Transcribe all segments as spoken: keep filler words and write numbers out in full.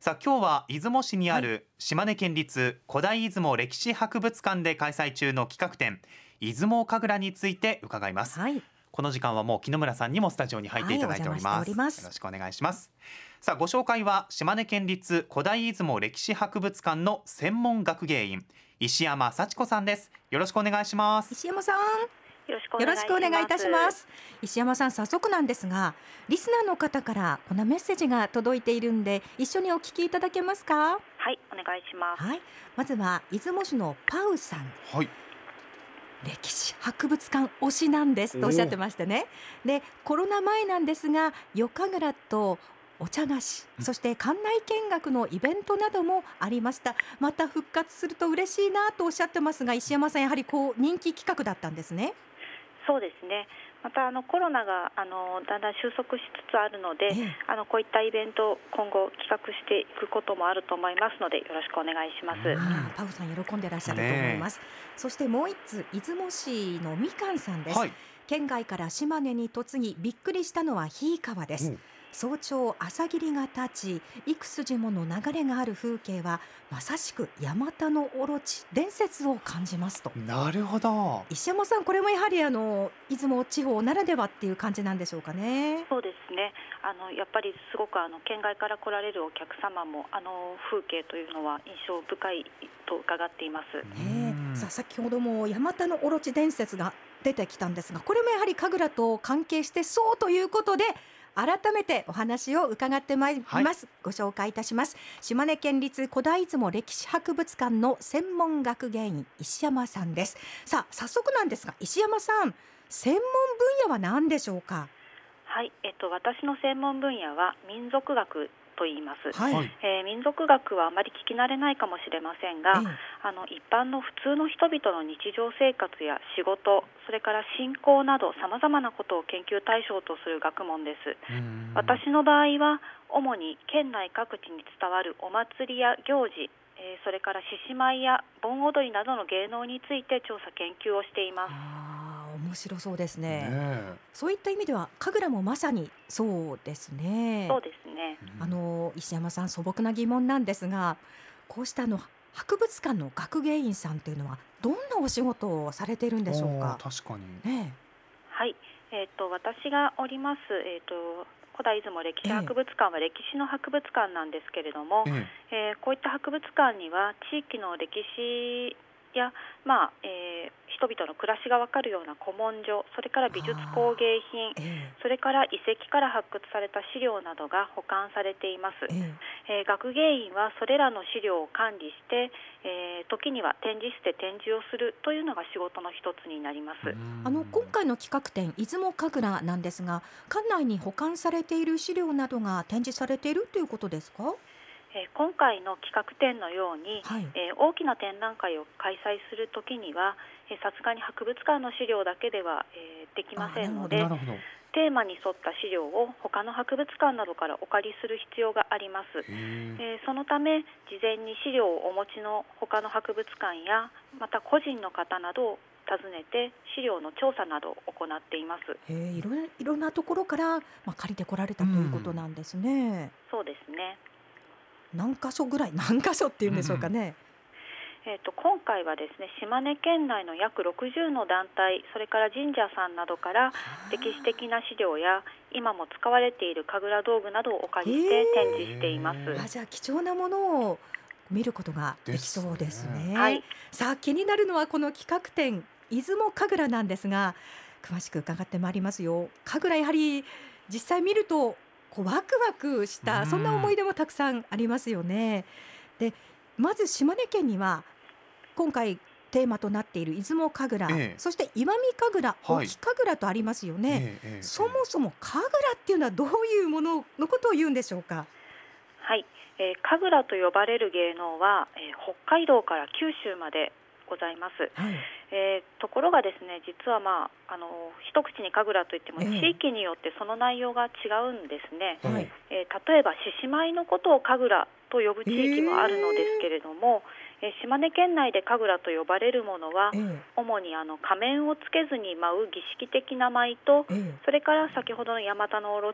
さあ今日は出雲市にある島根県立古代出雲歴史博物館で開催中の企画展出雲神楽について伺います、 はい、 この時間はもう木野村さんにもスタジオに入っていただいております、 はい、お邪魔しております。 よろしくお願いします。さあご紹介は島根県立古代出雲歴史博物館の専門学芸員石山幸子さんです。よろしくお願いします。 石山さん、 よろしくおよろしくお願いいたします。 す。 石山さん、早速なんですが、リスナーの方からこんなメッセージが届いているんで、一緒にお聞きいただけますか？ はい、お願いします。 はい、まずは出雲市のパウさん、 はい、 歴史博物館推しなんですとおっしゃってましてね。で、コロナ前なんですが、夜神楽とお茶菓子、そして館内見学のイベントなどもありました。また復活すると嬉しいなとおっしゃってますが、石山さん、やはりこう人気企画だったんですね。 そうですね。またあのコロナがあのだんだん収束しつつあるので、 ええ、 あのこういったイベントを今後企画していくこともあると思いますので、よろしくお願いします。 ああ、パウさん喜んでらっしゃると思います、ね、そしてもう一つ、出雲市のみかんさんです、 はい、 県外から島根に嫁ぎびっくりしたのはひいかわです。早朝朝霧が立ち、幾筋もの流れがある風景はまさしくヤマタノオロチ伝説を感じますと。 なるほど。 石山さん、これもやはりあの出雲地方ならではっていう感じなんでしょうかね。 そうですね。あのやっぱりすごくあの県外から来られるお客様もあの風景というのは印象深いと伺っています。 ねえ、さあ先ほどもヤマタノオロチ伝説が出てきたんですが、これもやはり神楽と関係してそうということで、改めてお話を伺ってまいります、はい、ご紹介いたします。島根県立古代出雲歴史博物館の専門学芸員石山さんです。さあ早速なんですが、石山さん、専門分野は何でしょうか？ はい、えっと、私の専門分野は民族学と言います、 はい、 えー、民族学はあまり聞き慣れないかもしれませんが、ええ、あの一般の普通の人々の日常生活や仕事、それから信仰などさまざまなことを研究対象とする学問です。私の場合は主に県内各地に伝わるお祭りや行事、えー、それから獅子舞や盆踊りなどの芸能について調査研究をしています。 あ、面白そうです ね, ね。 そういった意味では神楽もまさにそうですね。 そうですね。 あの石山さん、素朴な疑問なんですが、こうしたあの博物館の学芸員さんというのはどんなお仕事をされているんでしょうか？ 確かに、 ね、はい、えー、と私がおります、えー、と古代出雲歴史博物館は歴史の博物館なんですけれども、えええー、こういった博物館には地域の歴史や、まあえー、人々の暮らしが分かるような古文書、それから美術工芸品、えー、それから遺跡から発掘された資料などが保管されています、えーえー、学芸員はそれらの資料を管理して、えー、時には展示室で展示をするというのが仕事の一つになります。 あの今回の企画展出雲神楽なんですが、館内に保管されている資料などが展示されているということですか？ えー、今回の企画展のように、はい、えー、大きな展覧会を開催するときにはさすがに博物館の資料だけでは、えー、できませんので、テーマに沿った資料を他の博物館などからお借りする必要があります。えー、そのため事前に資料をお持ちの他の博物館やまた個人の方などを訪ねて資料の調査などを行っています。 へー、いろいろなところから、まあ、借りてこられたということなんですね。 そうですね。 何箇所ぐらい、何箇所っていうんでしょうかね。 うん、えー、と今回はですね、島根県内の約ろくじゅうの団体、それから神社さんなどから歴史的な資料や今も使われている神楽道具などをお借りして展示しています。 あ、じゃあ貴重なものを見ることができそうですね。ですね。はい、さあ気になるのはこの企画展出雲神楽なんですが、詳しく伺ってまいりますよ。神楽、やはり実際見るとこうワクワクした、そんな思い出もたくさんありますよね。で、まず島根県には今回テーマとなっている出雲神楽、ええ、そして石見神楽、はい、沖神楽とありますよね。ええええ、そもそも神楽っていうのはどういうもののことを言うんでしょうか？ はい、えー、神楽と呼ばれる芸能は、えー、北海道から九州までございます。はい、えー、ところがですね、実は、まあ、あの一口に神楽といっても地域によってその内容が違うんですね。はい、えー、例えば獅子舞のことを神楽と呼ぶ地域もあるのですけれども、えー、島根県内で神楽と呼ばれるものは、えー、主にあの仮面をつけずに舞う儀式的な舞と、えー、それから先ほどのヤマタノオロチ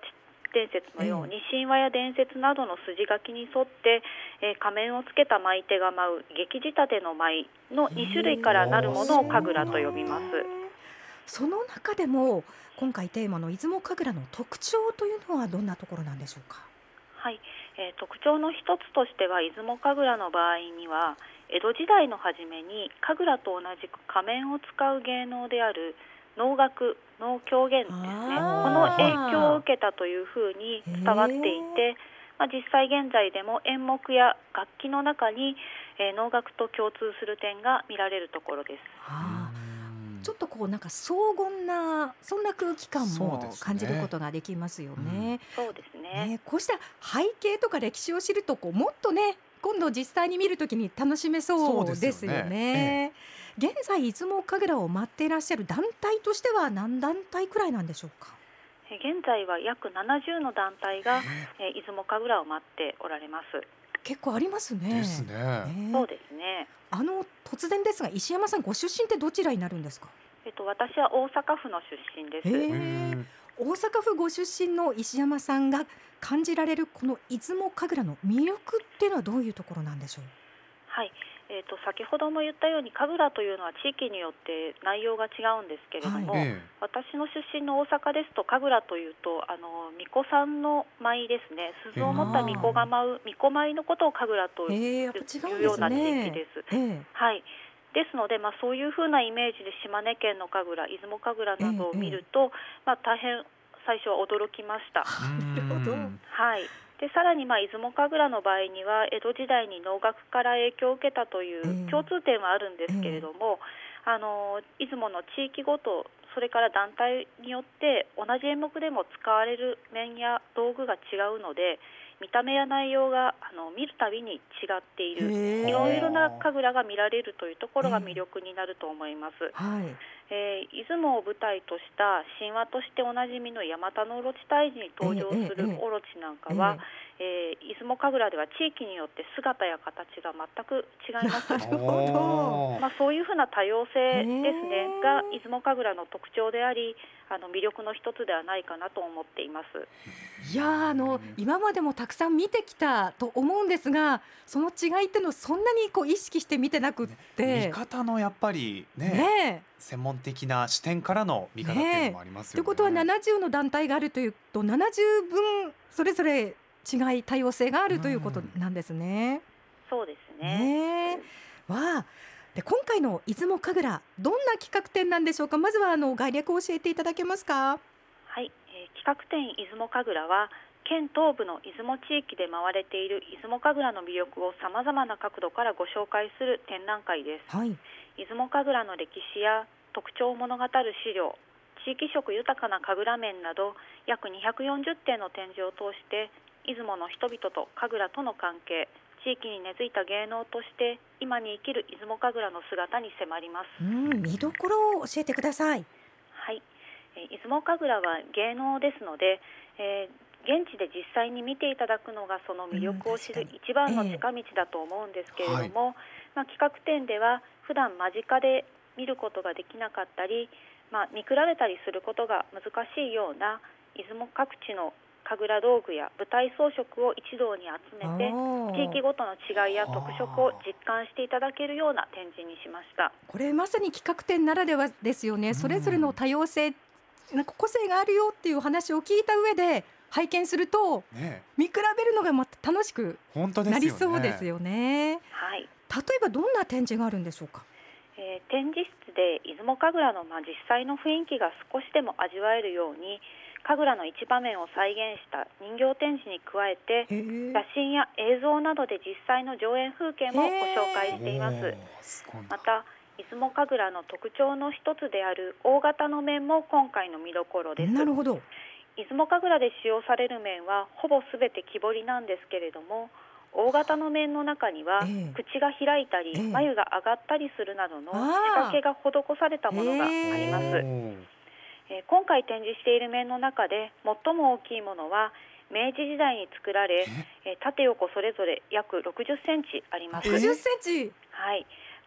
伝説のように、神話や伝説などの筋書きに沿って、えー、仮面をつけた舞手が舞う劇仕立ての舞のに種類からなるものを神楽と呼びます。 その中でも今回テーマの出雲神楽の特徴というのはどんなところなんでしょうか。 はい、えー、特徴の一つとしては、出雲神楽の場合には江戸時代の初めに神楽と同じく仮面を使う芸能である能楽、能狂言ですね、この影響を受けたというふうに伝わっていて、まあ、実際現在でも演目や楽器の中に、えー、能楽と共通する点が見られるところです。 はあ、ちょっとこうなんか荘厳なそんな空気感も感じることができますよね。 そうですね。 ね、こうした背景とか歴史を知るとこうもっとね今度実際に見るときに楽しめそうですよね。 そうですよね。 ええ、現在出雲神楽を待っていらっしゃる団体としては何団体くらいなんでしょうか。 現在は約ななじゅうの団体が、えー、出雲神楽を待っておられます。 結構ありますね。 ですね。 ね、そうですね。 あの突然ですが石山さんご出身ってどちらになるんですか。 えっと、私は大阪府の出身です。 大阪府ご出身の石山さんが感じられるこの出雲神楽の魅力っていうのはどういうところなんでしょう。 はい、えー、と先ほども言ったように神楽というのは地域によって内容が違うんですけれども、はい、私の出身の大阪ですと神楽というとあの巫女さんの舞ですね、鈴を持った巫女が舞う巫女舞のことを神楽というような地域です。はい、ですので、まあ、そういうふうなイメージで島根県の神楽、出雲神楽などを見ると、まあ、大変最初は驚きました。 なるほど。 はい、でさらにまあ出雲神楽の場合には江戸時代に能楽から影響を受けたという共通点はあるんですけれども、えーえー、あの出雲の地域ごとそれから団体によって同じ演目でも使われる面や道具が違うので見た目や内容があの見るたびに違っている、いろいろな神楽が見られるというところが魅力になると思います。はい、えー、出雲を舞台とした神話としておなじみのヤマタノオロチ退治に登場するオロチなんかは、えーえー、出雲神楽では地域によって姿や形が全く違います。なるほど。まあ、そういうふうな多様性ですねが出雲神楽の特徴であり、あの魅力の一つではないかなと思っています。 いやあの今までもたくさん見てきたと思うんですが、その違いっていうのをそんなにこう意識して見てなくって、 ね、見方のやっぱり ね, ね専門的な視点からの見方っていうのもありますよね。ということはななじゅうの団体があるというとななじゅうぶんそれぞれ違い多様性があるということなんですね。 うん、そうですね。 ねわあで今回の出雲神楽どんな企画展なんでしょうか。まずはあの概略を教えていただけますか。 はい、えー、企画展出雲神楽は県東部の出雲地域で回れている出雲神楽の魅力をさまざまな角度からご紹介する展覧会です。はい、出雲神楽の歴史や特徴を物語る資料、地域色豊かな神楽面など約にひゃくよんじゅってんの展示を通して出雲の人々と神楽との関係、地域に根付いた芸能として今に生きる出雲神楽の姿に迫ります。 うん、見どころを教えてください。 はい、えー、出雲神楽は芸能ですので、えー、現地で実際に見ていただくのがその魅力を知る一番の近道だと思うんですけれども、えーはいまあ、企画展では普段間近で見ることができなかったり、まあ、見比べたりすることが難しいような出雲各地の神楽道具や舞台装飾を一堂に集めて地域ごとの違いや特色を実感していただけるような展示にしました。 これまさに企画展ならではですよね。それぞれの多様性、なんか個性があるよっていう話を聞いた上で拝見すると、ね、見比べるのがまた楽しくなりそうですよね。はい、例えばどんな展示があるんでしょうか。 えー、展示室で出雲神楽のまあ実際の雰囲気が少しでも味わえるように神楽の一場面を再現した人形展示に加えて写真や映像などで実際の上演風景もご紹介しています。また出雲神楽の特徴の一つである大型の面も今回の見どころです。 なるほど。 出雲神楽で使用される面はほぼすべて木彫りなんですけれども、大型の面の中には、えー、口が開いたり、えー、眉が上がったりするなどの仕掛けが施されたものがあります。えーえー、今回展示している面の中で最も大きいものは明治時代に作られ、えー、縦横それぞれ約ろくじゅっセンチあります。 ろくじゅっセンチ、 はい、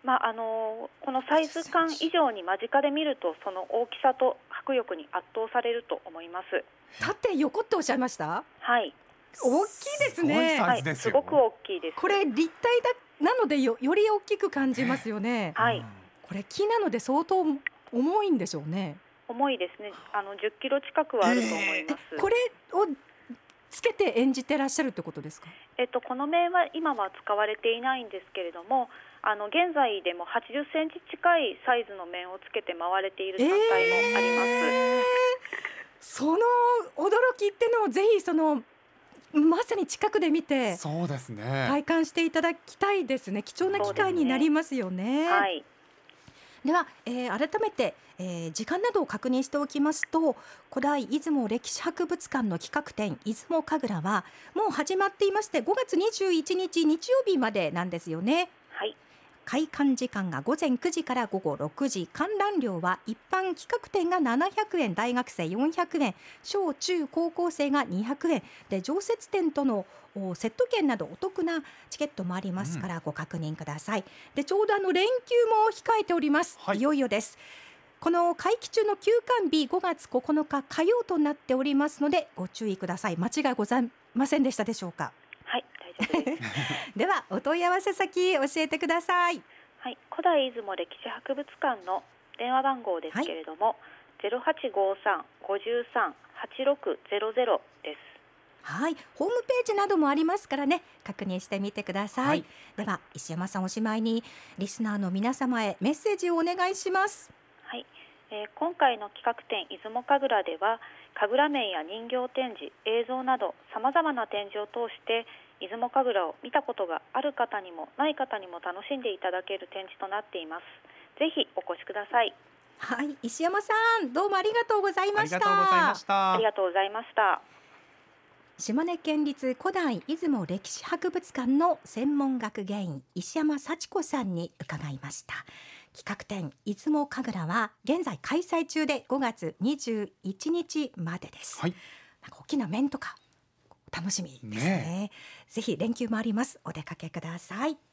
まあ、あのこのサイズ感以上に間近で見るとその大きさと迫力に圧倒されると思います。 縦横っておっしゃいました？ はい、 大きいですね。 はい、すごく大きいです。 これ立体だなので よ, より大きく感じますよね。 はい、 これ木なので相当重いんでしょうね。 重いですね。あのじゅっキロ近くはあると思います。 えー、これをつけて演じてらっしゃるってことですか？ えっと、この面は今は使われていないんですけれども、あの現在でもはちじゅっセンチ近いサイズの面をつけて回れている団体もあります。 えー、その驚きってのをぜひそのまさに近くで見てそうですね、 体感していただきたいですね。貴重な機会になりますよね。 はい、 では、えー、改めて、えー、時間などを確認しておきますと、古代出雲歴史博物館の企画展出雲神楽はもう始まっていまして、ごがつにじゅういちにち日曜日までなんですよね。 はい、 開館時間がごぜんくじからごごろくじ、観覧料は一般企画展がななひゃくえん、大学生よんひゃくえん、小中高校生がにひゃくえんで、常設展とのセット券などお得なチケットもありますからご確認ください。うん、でちょうどあの連休も控えております。はい、いよいよです。この会期中の休館日ごがつここのか火曜となっておりますのでご注意ください。間違いございませんでしたでしょうか？ はい、大丈夫です。 ではお問い合わせ先教えてください。 はい、古代出雲歴史博物館の電話番号ですけれども、はい、ゼロはちごさん ごさん はちろくゼロゼロです。 はい、ホームページなどもありますからね、確認してみてください。はい、では石山さん、おしまいにリスナーの皆様へメッセージをお願いします。 はい、えー、今回の企画展出雲神楽では神楽面や人形展示、映像などさまざまな展示を通して出雲神楽を見たことがある方にもない方にも楽しんでいただける展示となっています。ぜひお越しください。 はい、石山さん、どうもありがとうございました。 ありがとうございました。 ありがとうございました。 島根県立古代出雲歴史博物館の専門学芸員石山幸子さんに伺いました。企画展出雲神楽は現在開催中でごがつにじゅういちにちまでです。はい、なんか大きな面とか楽しみです ね, ねぜひ連休もあります。お出かけください。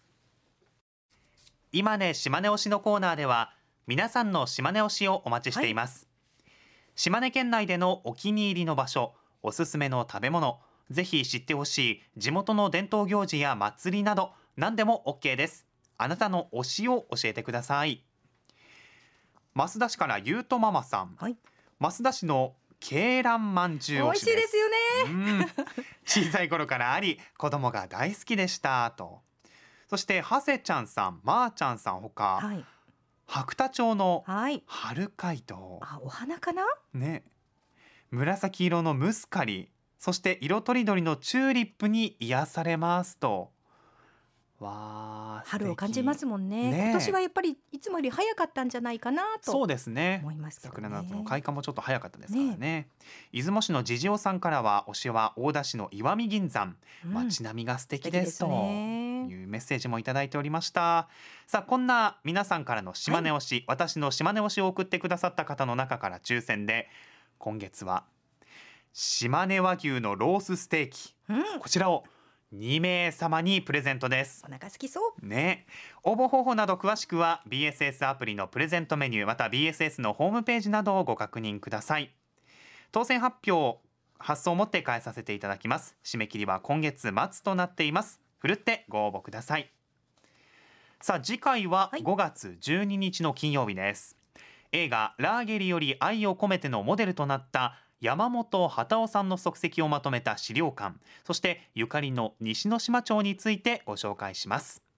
今ね島根推しのコーナーでは皆さんの島根推しをお待ちしています。はい、島根県内でのお気に入りの場所、おすすめの食べ物、ぜひ知ってほしい地元の伝統行事や祭りなど何でも OK です。あなたの推しを教えてください。増田市からゆうとママさん、はい、増田市の鶏卵まんじゅう推しです。 美味しいですよね。 うん小さい頃からあり子供が大好きでしたと。そしてハセちゃんさん、まーちゃんさんほか、はい、白田町の春街道、 はい、あ、お花かな、 ね、紫色のムスカリ、そして色とりどりのチューリップに癒されますと。わー、 春を感じますもん ね, ね。今年はやっぱりいつもより早かったんじゃないかなと思いますけどね。 そうですね、桜夏の開花もちょっと早かったですから ね, ね。出雲市のじじおさんからは推しは大田市の石見銀山、うん、街並みが素敵ですというメッセージもいただいておりました。さあ、こんな皆さんからの島根推し、はい、私の島根推しを送ってくださった方の中から抽選で今月は島根和牛のロースステーキ、うん、こちらをにめいさまにプレゼントです。 お腹好きそうね。応募方法など詳しくは ビーエスエス アプリのプレゼントメニュー、また ビーエスエス のホームページなどをご確認ください。当選発表発送をもって返させていただきます。締め切りは今月末となっています。ふるってご応募ください。さあ、次回はごがつじゅうににちの金曜日です。はい、映画ラーゲリより愛を込めてのモデルとなった山本幡男さんの足跡をまとめた資料館、そしてゆかりの西ノ島町についてご紹介します。